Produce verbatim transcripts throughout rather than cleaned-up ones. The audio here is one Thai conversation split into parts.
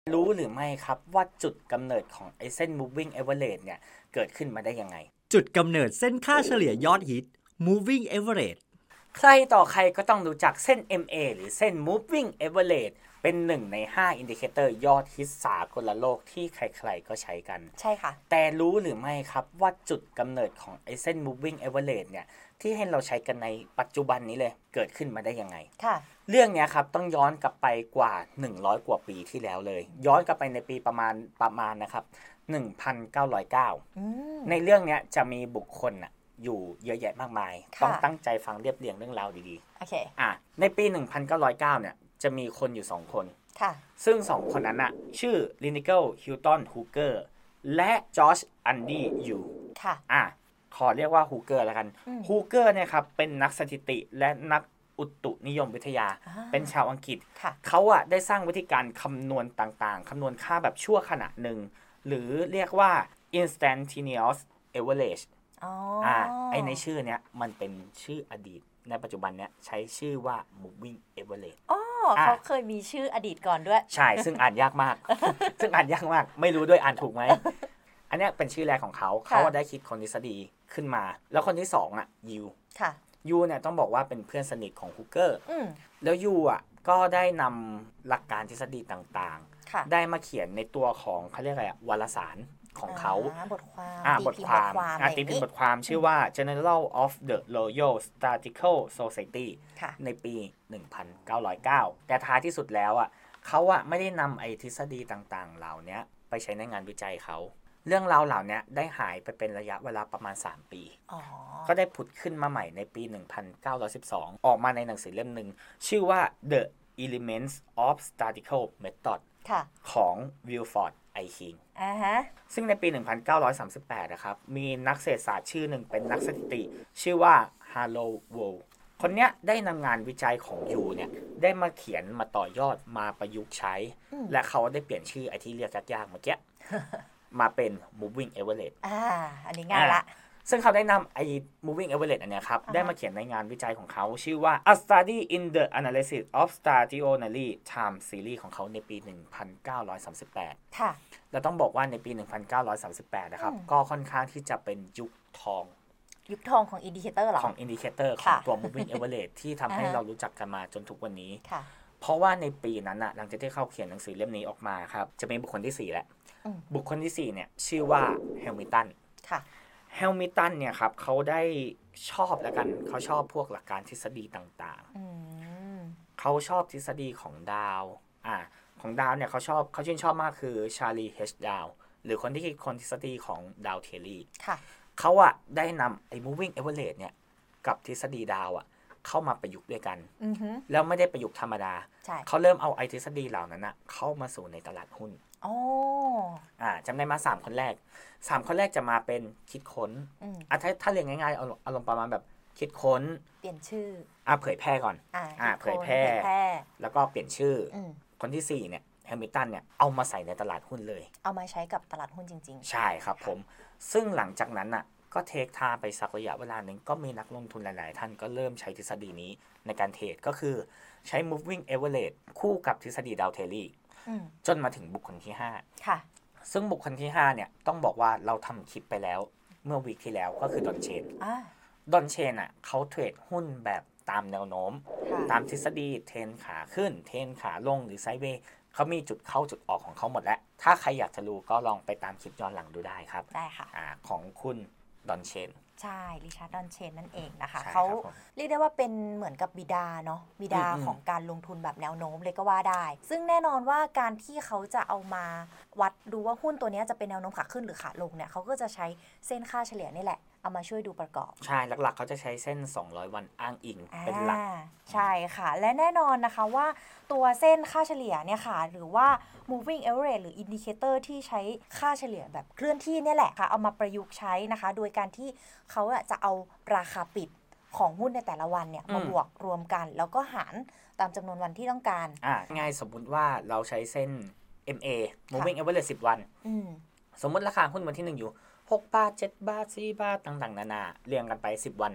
รู้หรือไม่ครับว่าจุดกำเนิดของไอ้เส้น moving average เนี่ยเกิดขึ้นมาได้ยังไงจุดกำเนิดเส้นค่าเฉลี่ยยอดฮิต moving average ใครต่อใครก็ต้องรู้จักเส้น เอ็ม เอ หรือเส้น moving average เป็นหนึ่งในห้าอินดิเคเตอร์ยอดฮิตสากลโลกที่ใครๆก็ใช้กันใช่ค่ะแต่รู้หรือไม่ครับว่าจุดกำเนิดของไอ้เส้น moving average เนี่ยที่ให้เราใช้กันในปัจจุบันนี้เลยเกิดขึ้นมาได้ยังไงค่ะเรื่องนี้ครับต้องย้อนกลับไปกว่าหนึ่งร้อยกว่าปีที่แล้วเลยย้อนกลับไปในปีประมาณประมาณนะครับหนึ่งพันเก้าร้อยเก้าในเรื่องนี้จะมีบุคคลน่ะอยู่เยอะแยะมากมายต้องตั้งใจฟังเรียบเรียงเรื่องราวดีๆโอเคอ่ะในปีหนึ่งพันเก้าร้อยเก้าเนี่ยจะมีคนอยู่สองคนค่ะซึ่งสองคนนั้นน่ะชื่อลินิเกิลฮิลตันฮูเกอร์และจอร์จอันดี้ยูค่ะอ่ะขอเรียกว่าฮูเกอร์แล้วกันฮูเกอร์เนี่ยครับเป็นนักสถิติและนักอุตุนิยมวิทยาเป็นชาวอังกฤษเขาอะได้สร้างวิธีการคำนวณต่างๆคำนวณค่าแบบชั่วขณะหนึ่งหรือเรียกว่า instantaneous average อ๋ออ่าไอในชื่อเนี้ยมันเป็นชื่ออดีตในปัจจุบันเนี้ยใช้ชื่อว่า moving average อ๋อเขาเคยมีชื่ออดีตก่อนด้วยใช่ซึ่งอ่านยากมาก ซึ่งอ่านยากมากไม่รู้ด้วยอ่านถูกไหมอันนี้เป็นชื่อแรกของเขาเขาได้คิดคนทฤษฎีขึ้นมาแล้วคนที่สองอ่ะยูค่ะยูเนี่ยต้องบอกว่าเป็นเพื่อนสนิทของฮูเกอร์แล้วยูอ่ะก็ได้นำหลักการทฤษฎีต่างๆได้มาเขียนในตัวของเขาเรียกอะไรอ่ะวารสารของเขาบทความอ่าบทความอ่าตีพิมพ์บทความชื่อว่า Journal of the Royal Statistical Society ในปีหนึ่งพันเก้าร้อยเก้าแต่ท้ายที่สุดแล้วอ่ะเขาอ่ะไม่ได้นำไอ้ทฤษฎีต่างๆเหล่านี้ไปใช้ในงานวิจัยเขาเรื่องราวเหล่านี้ได้หายไปเป็นระยะเวลาประมาณสามปีก็ได้ผุดขึ้นมาใหม่ในปีหนึ่งพันเก้าร้อยสิบสองออกมาในหนังสือเล่มหนึ่งชื่อว่า The Elements of Statistical Method ของ Wilford I. King อ่าฮะซึ่งในปีหนึ่งพันเก้าร้อยสามสิบแปดนะครับมีนักเศรษฐศาสตร์ชื่อหนึ่งเป็นนักสถิติชื่อว่า Harold Wall คนเนี้ยได้นำงานวิจัยของยูเนี่ยได้มาเขียนมาต่อยอดมาประยุกต์ใช้และเขาได้เปลี่ยนชื่อไอ้ที่เรียกยากๆเมื่อกี้มาเป็น moving average อ่าอันนี้ง่ายละซึ่งเขาได้นำไอ้ moving average อันเนี้ยครับ uh-huh. ได้มาเขียนในงานวิจัยของเขาชื่อว่า A Study in the Analysis of Stationary Time Series ของเขาในปีหนึ่งพันเก้าร้อยสามสิบแปดค่ะแล้วต้องบอกว่าในปีหนึ่งพันเก้าร้อยสามสิบแปดนะครับก็ค่อนข้างที่จะเป็นยุคทองยุคทองของอินดิเคเตอร์หรอของอินดิเคเตอร์ของตัว moving average ที่ทำให้เรารู้จักกันมาจนทุกวันนี้เพราะว่าในปีนั้นน่ะหลังจากที่เขาเขียนหนังสือเล่มนี้ออกมาครับจะเป็นบุคคลที่สี่แล้วบุคคลที่สี่เนี่ยชื่อว่าแฮมิลตันค่ะแฮมิลตันเนี่ยครับเขาได้ชอบแล้วกันเขาชอบพวกหลักการทฤษฎีต่างๆเขาชอบทฤษฎีของดาวอ่าของดาวเนี่ยเขาชอบเขาชื่นชอบมากคือชาร์ลี เอช ดาวหรือคนที่คิดคนทฤษฎีของดาวเทอรี่ค่ะเขาอะได้นำไอ้ moving average เนี่ยกับทฤษฎีดาวอะเข้ามาประยุกต์ด้วยกันแล้วไม่ได้ประยุกต์ธรรมดาเขาเริ่มเอาไอ้ทฤษฎีเหล่านั้นอะเข้ามาสู่ในตลาดหุ้นโอ้อ่าจำได้มาสามคนแรกสามคนแรกจะมาเป็นคิดค้นอ่ะถ้าถ้าเรียนง่ายๆเอาอารมณ์ประมาณแบบคิดค้นเปลี่ยนชื่ออ่ะเผยแพร่ก่อนอ่าเผยแพร่แล้วก็เปลี่ยนชื่อคนที่สี่เนี่ยแฮมิลตันเนี่ยเอามาใส่ในตลาดหุ้นเลยเอามาใช้กับตลาดหุ้นจริงๆใช่ครับผมซึ่งหลังจากนั้นน่ะก็เทคทาไปสักระยะเวลาหนึ่งก็มีนักลงทุนหลายๆท่านก็เริ่มใช้ทฤษฎีนี้ในการเทรดก็คือใช้ moving average คู่กับทฤษฎีดาวเทอรี่จนมาถึงบุคคลที่ห้าค่ะซึ่งบุคคลที่ห้าเนี่ยต้องบอกว่าเราทำคลิปไปแล้วเมื่อวีคที่แล้วก็คือดอนเชนดอนเชนอ่ะเขาเทรดหุ้นแบบตามแนวโน้มตามทฤษฎีเทรนขาขึ้นเทรนขาลงหรือไซด์เวย์เขามีจุดเข้าจุดออกของเขาหมดแล้วถ้าใครอยากจะรู้ก็ลองไปตามคลิปย้อนหลังดูได้ครับได้ค่ะอ่าของคุณดอนเชนใช่ริชาร์ดดอนเชนนั่นเองนะคะเขาเรียกได้ว่าเป็นเหมือนกับบิดาเนาะบิดาของการลงทุนแบบแนวโน้มเลยก็ว่าได้ซึ่งแน่นอนว่าการที่เขาจะเอามาวัดดูว่าหุ้นตัวนี้จะเป็นแนวโน้มขาขึ้นหรือขาลงเนี่ยเขาก็จะใช้เส้นค่าเฉลี่ยนี่แหละเอามาช่วยดูประกอบใช่หลักๆเขาจะใช้เส้นสองร้อยวันอ้างอิงเป็นหลักใช่ค่ะและแน่นอนนะคะว่าตัวเส้นค่าเฉลี่ยเนี่ยค่ะหรือว่า moving average หรือ indicator ที่ใช้ค่าเฉลี่ยแบบเคลื่อนที่เนี่ยแหละค่ะเอามาประยุกต์ใช้นะคะโดยการที่เขาจะเอาราคาปิดของหุ้นในแต่ละวันเนี่ยมาบวกรวมกันแล้วก็หารตามจำนวนวันที่ต้องการอ่าง่ายสมมุติว่าเราใช้เส้น เอ็ม เอ moving average สิบวันสมมติราคาหุ้นวันที่หนึ่งอยู่หกบาทเจ็ดบาทสี่บาทต่างๆนานาเรียงกันไปสิบวันอ่ะ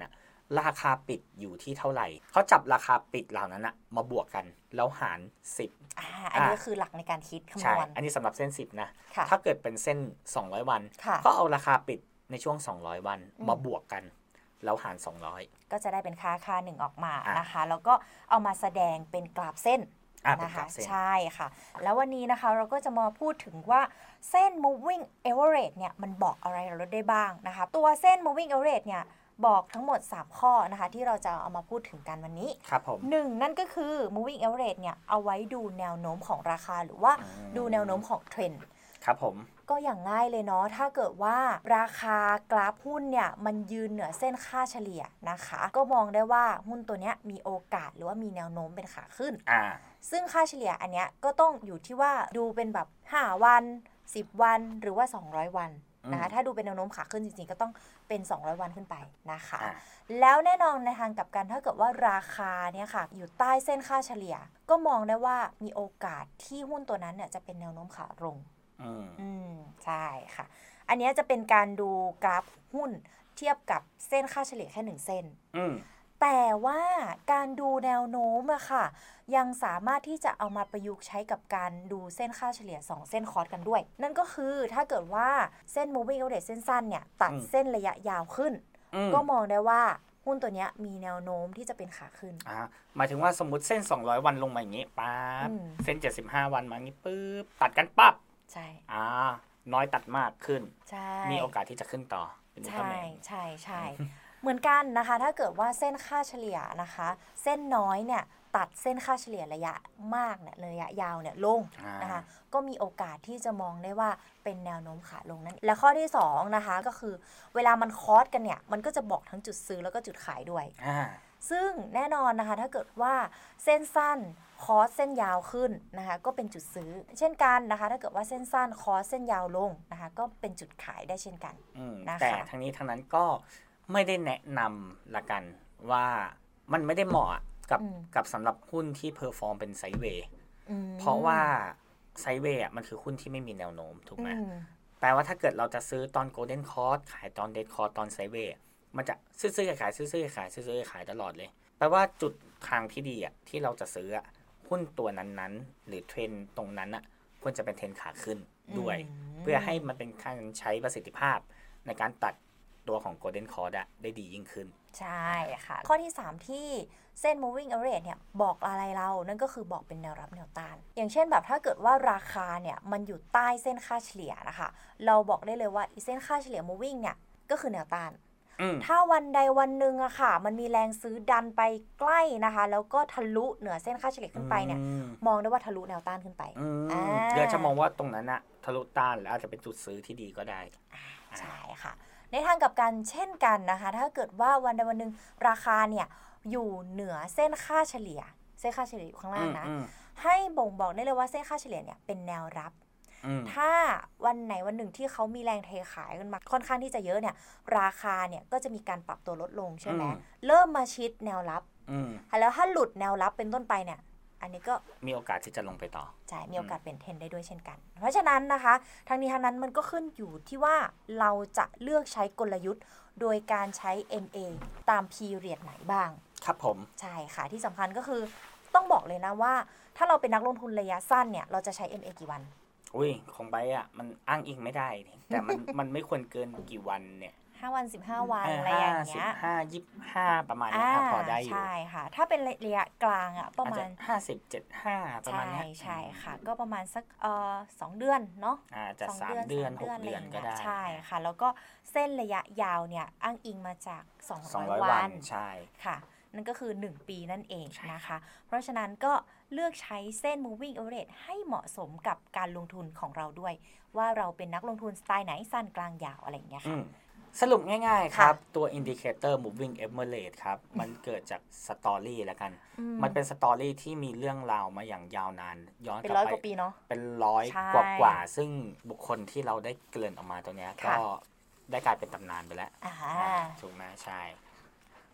ราคาปิดอยู่ที่เท่าไหร่เขาจับราคาปิดเหล่านั้นนะมาบวกกันแล้วหารสิบอ่าอันนี้ก็คือหลักในการคิดคำนวณใช่อันนี้สำหรับเส้นสิบนะถ้าเกิดเป็นเส้นสองร้อยวันก็เอาราคาปิดในช่วงสองร้อยวันมาบวกกันแล้วหารสองร้อยก็จะได้เป็นค่าค่าหนึ่งออกมานะคะแล้วก็เอามาแสดงเป็นกราฟเส้นนะคะใช่ค่ะแล้ววันนี้นะคะเราก็จะมาพูดถึงว่าเส้น moving average เนี่ยมันบอกอะไรเราได้บ้างนะคะตัวเส้น moving average เนี่ยบอกทั้งหมดสามข้อนะคะที่เราจะเอามาพูดถึงกันวันนี้ครับผมหนึ่งนั่นก็คือ moving average เนี่ยเอาไว้ดูแนวโน้มของราคาหรือว่าดูแนวโน้มของเทรนด์ครับผมก็อย่างง่ายเลยเนาะถ้าเกิดว่าราคากราฟหุ้นเนี่ยมันยืนเหนือเส้นค่าเฉลี่ยนะคะก็มองได้ว่าหุ้นตัวเนี้ยมีโอกาสหรือว่ามีแนวโน้มเป็นขาขึ้นอ่าซึ่งค่าเฉลี่ยอันเนี้ยก็ต้องอยู่ที่ว่าดูเป็นแบบห้าวันสิบวันหรือว่าสองร้อยวันนะคะถ้าดูเป็นแนวโน้มขาขึ้นจริงๆก็ต้องเป็นสองร้อยวันขึ้นไปนะคะแล้วแน่นอนในทางกลับกันถ้าเกิดว่าราคาเนี่ยค่ะอยู่ใต้เส้นค่าเฉลี่ยก็มองได้ว่ามีโอกาสที่หุ้นตัวนั้นเนี่ยจะเป็นแนวโน้มขาลงอืมอืมใช่ค่ะอันนี้จะเป็นการดูกราฟหุ้นเทียบกับเส้นค่าเฉลี่ยแค่หนึ่งเส้นอืมแต่ว่าการดูแนวโน้มอะค่ะยังสามารถที่จะเอามาประยุกต์ใช้กับการดูเส้นค่าเฉลี่ยสองเส้นคอร์สกันด้วยนั่นก็คือถ้าเกิดว่าเส้น moving average เส้นสั้นเนี่ยตัดเส้นระยะยาวขึ้นก็มองได้ว่าหุ้นตัวนี้มีแนวโน้มที่จะเป็นขาขึ้นอ่าหมายถึงว่าสมมุติเส้นสองร้อยวันลงมาอย่างงี้ปั๊บเส้นเจ็ดสิบห้าวันมาอย่างงี้ปึ๊บตัดกันปั๊บใช่อ่าน้อยตัดมากขึ้นใช่มีโอกาสที่จะขึ้นต่อใช่ใช่ใช่เหมือนกันนะคะถ้าเกิดว่าเส้นค่าเฉลี่ยนะคะเส้นน้อยเนี่ยตัดเส้นค่าเฉลี่ยระยะมากเนี่ยระยะยาวเนี่ยลงนะคะก็มีโอกาสที่จะมองได้ว่าเป็นแนวโน้มขาลงนั่นและข้อที่สองนะคะก็คือเวลามันคอร์สกันเนี่ยมันก็จะบอกทั้งจุดซื้อแล้วก็จุดขายด้วยซึ่งแน่นอนนะคะถ้าเกิดว่าเส้นสั้นคอร์สเส้นยาวขึ้นนะคะก็เป็นจุดซื้อเช่นกันนะคะถ้าเกิดว่าเส้นสั้นคอร์สเส้นยาวลงนะคะก็เป็นจุดขายได้เช่นกันนะคะแต่ทั้งนี้ทั้งนั้นก็ไม่ได้แนะนำละกันว่ามันไม่ได้เหมาะกับกับสำหรับหุ้นที่เพอร์ฟอร์มเป็นไซด์เวย์เพราะว่าไซด์เวย์อ่ะมันคือหุ้นที่ไม่มีแนวโน้มถูกไหมแปลว่าถ้าเกิดเราจะซื้อตอนโกลเด้นคอร์สขายตอนเดดคอร์สตอนไซด์เวย์มันจะซื้อๆขายๆซื้อๆขายๆซื้อๆขายตลอดเลยแปลว่าจุดทางที่ดีอ่ะที่เราจะซื้อหุ้นตัวนั้นๆหรือเทรนตรงนั้นอ่ะควรจะเป็นเทรนขาขึ้นด้วยเพื่อให้มันเป็นการใช้ประสิทธิภาพในการตัดตัวของ Golden Cross ได้ดียิ่งขึ้นใช่ค่ะข้อที่สามที่เส้น moving average เนี่ยบอกอะไรเรานั่นก็คือบอกเป็นแนวรับแนวต้านอย่างเช่นแบบถ้าเกิดว่าราคาเนี่ยมันอยู่ใต้เส้นค่าเฉลี่ยนะคะเราบอกได้เลยว่าอีเส้นค่าเฉลี่ย moving เนี่ยก็คือแนวต้านถ้าวันใดวันหนึ่งอะค่ะมันมีแรงซื้อดันไปใกล้นะคะแล้วก็ทะลุเหนือเส้นค่าเฉลี่ยขึ้นไปเนี่ยมองได้ว่าทะลุแนวต้านขึ้นไปเดี๋ยวจะมองว่าตรงนั้นอะทะลุต้านแล้วอาจจะเป็นจุดซื้อที่ดีก็ได้ใช่ค่ะในทางกับกันเช่นกันนะคะถ้าเกิดว่าวันใดวันหนึ่งราคาเนี่ยอยู่เหนือเส้นค่าเฉลี่ยเส้นค่าเฉลี่ยอยู่ข้างล่างนะให้บ่งบอกได้เลยว่าเส้นค่าเฉลี่ยเนี่ยเป็นแนวรับถ้าวันไหนวันหนึ่งที่เขามีแรงเทขายกันมาค่อนข้างที่จะเยอะเนี่ยราคาเนี่ยก็จะมีการปรับตัวลดลงใช่ไหมเริ่มมาชิดแนวรับแล้วถ้าหลุดแนวรับเป็นต้นไปเนี่ยอันนี้ก็มีโอกาสที่จะลงไปต่อใช่มีโอกาสเป็นเทรนได้ด้วยเช่นกันเพราะฉะนั้นนะคะทั้งนี้ทั้งนั้นมันก็ขึ้นอยู่ที่ว่าเราจะเลือกใช้กลยุทธ์โดยการใช้ เอ็ม เอ ตาม period ไหนบ้างครับผมใช่ค่ะที่สำคัญก็คือต้องบอกเลยนะว่าถ้าเราเป็นนักลงทุนระยะสั้นเนี่ยเราจะใช้ เอ็ม เอ กี่วันอุ้ยของไบอ่ะมันอ้างอิงไม่ได้แต่มันมันไม่ควรเกินกี่วันเนี่ยห้าวันสิบห้าวันอะไรอย่างเงี้ยห้า ยี่สิบห้าประมาณนี้พอได้อยู่ใช่ค่ะถ้าเป็นระยะกลางอ่ะประมาณห้าสิบ เจ็ดสิบห้าประมาณนี้ใช่ค่ะก็ประมาณสักเอ่อสองเดือนเนาะอ่าจะสามเดือนหกเดือนก็ได้ใช่ค่ะแล้วก็เส้นระยะยาวเนี่ยอ้างอิงมาจากสองร้อยวันใช่ค่ะนั่นก็คือหนึ่งปีนั่นเองนะคะเพราะฉะนั้นก็เลือกใช้เส้น moving average ให้เหมาะสมกับการลงทุนของเราด้วยว่าเราเป็นนักลงทุนสไตล์ไหนสั้นกลางยาวอะไรอย่างเงี้ยค่ะสรุปง่ายๆครับตัว indicator moving average ครับมันเกิดจากสตอรี่แล้วกันมันเป็นสตอรี่ที่มีเรื่องราวมาอย่างยาวนานย้อนกลับไปเป็นร้อยกว่าปีเนาะเป็นร้อยกว่ากว่าซึ่งบุคคลที่เราได้เกริ่นออกมาตรงนี้ก็ได้กลายเป็นตำนานไปแล้วถูกไหมใช่แ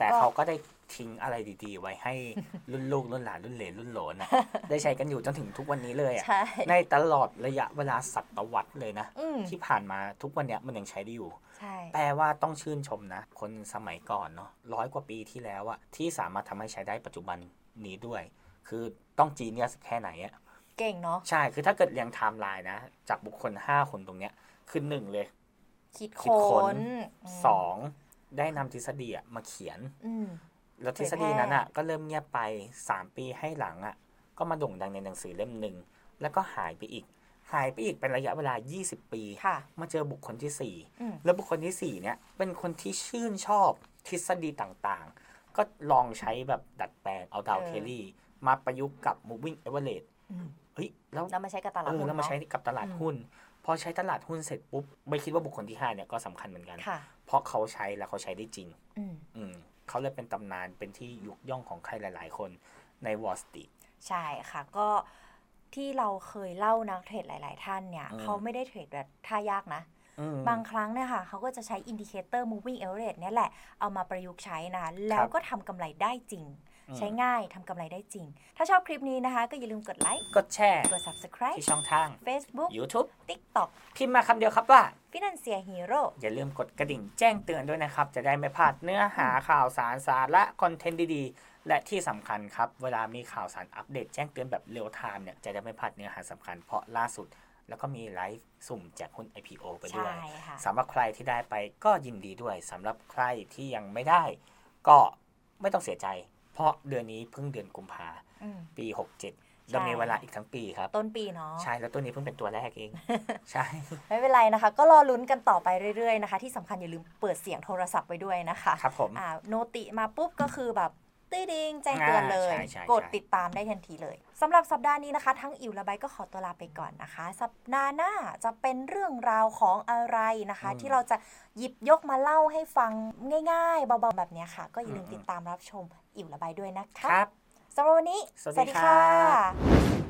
แต่เขาก็ได้ทิ้งอะไรดีๆไว้ให้รุ่นลูกรุ่นหลานรุ่นเหลนรุ่นโหลนนะ ได้ใช้กันอยู่จนถึงทุกวันนี้เลยอ่ะใช่ในตลอดระยะเวลาศตวรรษเลยนะอืมที่ผ่านมาทุกวันเนี้ยมันยังใช้ได้อยู่ใช่แปลว่าต้องชื่นชมนะ คนสมัยก่อนเนาะร้อยกว่าปีที่แล้วอะที่สามารถทำให้ใช้ได้ปัจจุบันนี้ด้วย คือต้องจีเนียสแค่ไหนอะเก่งเนาะใช่คือถ้าเกิดเรียงไทม์ไลน์นะ จากบุคคลห้าคนตรงเนี้ยคือหนึ่งเลยคิดคิดค้ค้นนสองได้นำทฤษฎีอะมาเขียนอืมแล้วทฤษฎีนั้นอะก็เริ่มเงียบไปสามปีให้หลังอะก็มาโด่งดังในหนังสือเล่มหนึ่งแล้วก็หายไปอีก หายไปอีกเป็นระยะเวลายี่สิบปีค่ะมาเจอบุคคลที่สี่อืมแล้วบุคคลที่สี่เนี่ยเป็นคนที่ชื่นชอบทฤษฎีต่างๆ ก็ลองใช้แบบดัดแปลงเอาดาวเออเทลลี่มาประยุกต์กับ moving average อืมเฮ้ยแล้วแล้วมาใช้กับตลาเอดอหุ้นแล้วมาเนาะใช้กับตลาดอืมหุ้น พอใช้ตลาดหุ้นเสร็จปุ๊บไม่คิดว่าบุคคลที่ห้าเนี่ยก็สำคัญเหมือนกันค่ะเพราะเขาใช้แล้วเขาใช้ได้จริงอืมอืมเขาเลยเป็นตำนานเป็นที่ยกย่องของใครหลาย ๆ คนใน Wall Street ใช่ค่ะก็ที่เราเคยเล่านักเทรดหลาย ๆ ท่านเนี่ยอืมเขาไม่ได้เทรดแบบท่ายากนะอืมบางครั้งเนี่ยค่ะเขาก็จะใช้อินดิเคเตอร์ moving average เนี่ยแหละเอามาประยุกต์ใช้นะคะแล้วก็ทำกำไรได้จริงอืมใช้ง่ายทำกำไรได้จริง ถ้าชอบคลิปนี้นะคะ ก็อย่าลืมกดไลค์กดแชร์กด subscribe ที่ช่องทาง Facebook YouTube TikTok พิมพ์มาคำเดียวครับว่า Financial Hero อย่าลืมกดกระดิ่งแจ้งเตือนด้วยนะครับ จะได้ไม่พลาดเนื้อหาข่าวสารสาระคอนเทนต์ดีๆ และที่สำคัญครับ เวลามีข่าวสารอัปเดตแจ้งเตือนแบบเรียลไทม์เนี่ยจะได้ไม่พลาดเนื้อหาสำคัญเพราะล่าสุด แล้วก็มีไลฟ์สุ่มแจกหุ้น ไอ พี โอ ไปด้วยใช่ค่ะสำหรับใครที่ได้ไปก็ยินดีด้วยสำหรับใครที่ยังไม่ได้ ก็ไม่ต้องเสียใจ เพราะเดือนนี้เพิ่งเดือนกุมภาอืมปีหกเจ็ดเรามีเวลาอีกทั้งปีครับต้นปีเนาะใช่แล้วตัวนี้เพิ่งเป็นตัวแรกเอง ใช่ไม่เป็นไรนะคะ ก็รอลุ้นกันต่อไปเรื่อย ๆ นะคะ ที่สำคัญอย่าลืมเปิดเสียงโทรศัพท์ไว้ด้วยนะคะครับผมอ่าโนติมาปุ๊บก็คือแบบตีดิงแจ้งเตือนเลยอ่าใช่ใช่กดใช่ติดตามได้ทันทีเลยสำหรับสัปดาห์นี้นะคะ ทั้งอิ๋วและใบก็ขอตัวลาไปก่อนนะคะ สัปดาห์หน้าจะเป็นเรื่องราวของอะไรนะคะ ที่เราจะหยิบยกมาเล่าให้ฟังง่ายๆเบาๆแบบนี้ค่ะ ก็อย่าลืมติดตามรับชมอิ๋วและใบด้วยนะคะครับสำหรับวันนี้สวัสดีครับ